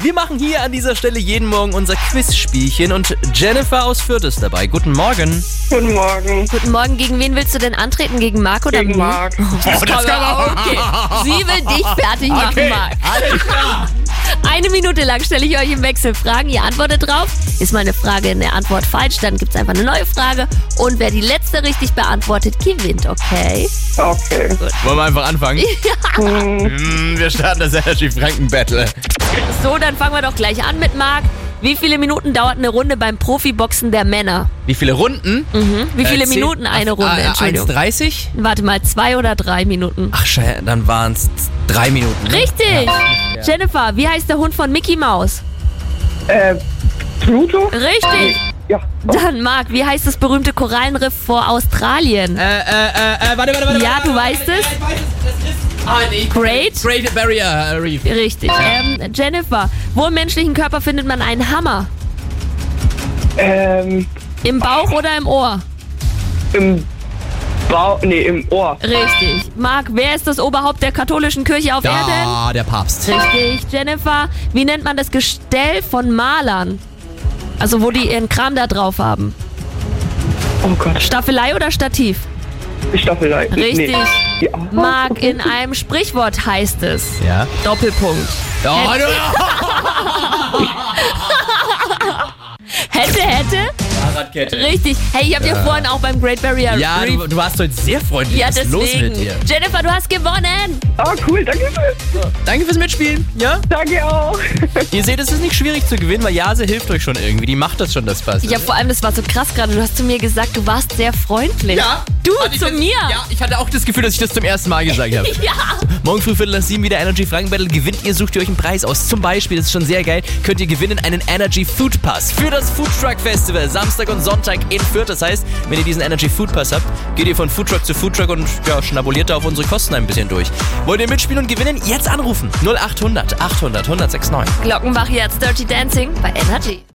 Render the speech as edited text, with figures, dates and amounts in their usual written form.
Wir machen hier an dieser Stelle jeden Morgen unser Quizspielchen und Jennifer aus Fürth ist dabei. Guten Morgen. Guten Morgen. Guten Morgen, gegen wen willst du denn antreten? Gegen Marc oder Gegen mich? Marc. Das kann man. Okay, sie will dich fertig machen, Marc. Alles klar. 1 Minute lang stelle ich euch im Wechsel Fragen, ihr antwortet drauf. Ist mal eine Frage in der Antwort falsch, dann gibt es einfach eine neue Frage. Und wer die letzte richtig beantwortet, gewinnt, okay? Okay. Wollen wir einfach anfangen? Wir starten das Energy Franken Battle. So, dann fangen wir doch gleich an mit Marc. Wie viele Minuten dauert eine Runde beim Profiboxen der Männer? Wie viele Runden? Wie viele Minuten eine Runde? Entschuldigung. 1,30? Warte mal, 2 oder 3 Minuten? Ach scheiße, dann waren es 3 Minuten. Ne? Richtig! Ja. Jennifer, wie heißt der Hund von Mickey Mouse? Pluto? Richtig! Ja. Dann, Marc, wie heißt das berühmte Korallenriff vor Australien? Warte. Ja, du weißt es? Great Barrier Reef. Richtig. Jennifer, wo im menschlichen Körper findet man einen Hammer? Im Bauch oder im Ohr? Im im Ohr. Richtig. Marc, wer ist das Oberhaupt der katholischen Kirche auf Erden? Ah, der Papst. Richtig. Jennifer, wie nennt man das Gestell von Malern? Also wo die ihren Kram da drauf haben. Oh Gott. Staffelei oder Stativ? Staffelei. Richtig. Nee. Ja. Marc, in einem Sprichwort heißt es Ja. Doppelpunkt. Oh, Hätte? Fahrradkette. Richtig. Hey, ich habe dir vorhin auch beim Great Barrier Ja, Reef... du warst heute sehr freundlich. Ja, Was ist los deswegen. mit dir? Jennifer, du hast gewonnen. Ah, cool, danke schön. Danke fürs Mitspielen. Ja? Danke auch. Ihr seht, es ist nicht schwierig zu gewinnen, weil Jase hilft euch schon irgendwie. Die macht das schon, das passt. Ja, vor allem, das war so krass gerade. Du hast zu mir gesagt, du warst sehr freundlich. Ja. Du Hatte ich zu das- mir. Ja, ich hatte auch das Gefühl, dass ich das zum ersten Mal gesagt habe. Ja. Morgen früh 6:45 wieder Energy Franken Battle. Gewinnt ihr, sucht ihr euch einen Preis aus. Zum Beispiel, das ist schon sehr geil, könnt ihr gewinnen einen Energy Food Pass für das Food Truck Festival. Samstag und Sonntag in Fürth. Das heißt, wenn ihr diesen Energy Food Pass habt, geht ihr von Food Truck zu Food Truck und schnabuliert da auf unsere Kosten ein bisschen durch. Wollt ihr mitspielen und gewinnen? Jetzt anrufen. 0800 800 1069. Glockenbach jetzt Dirty Dancing bei Energy.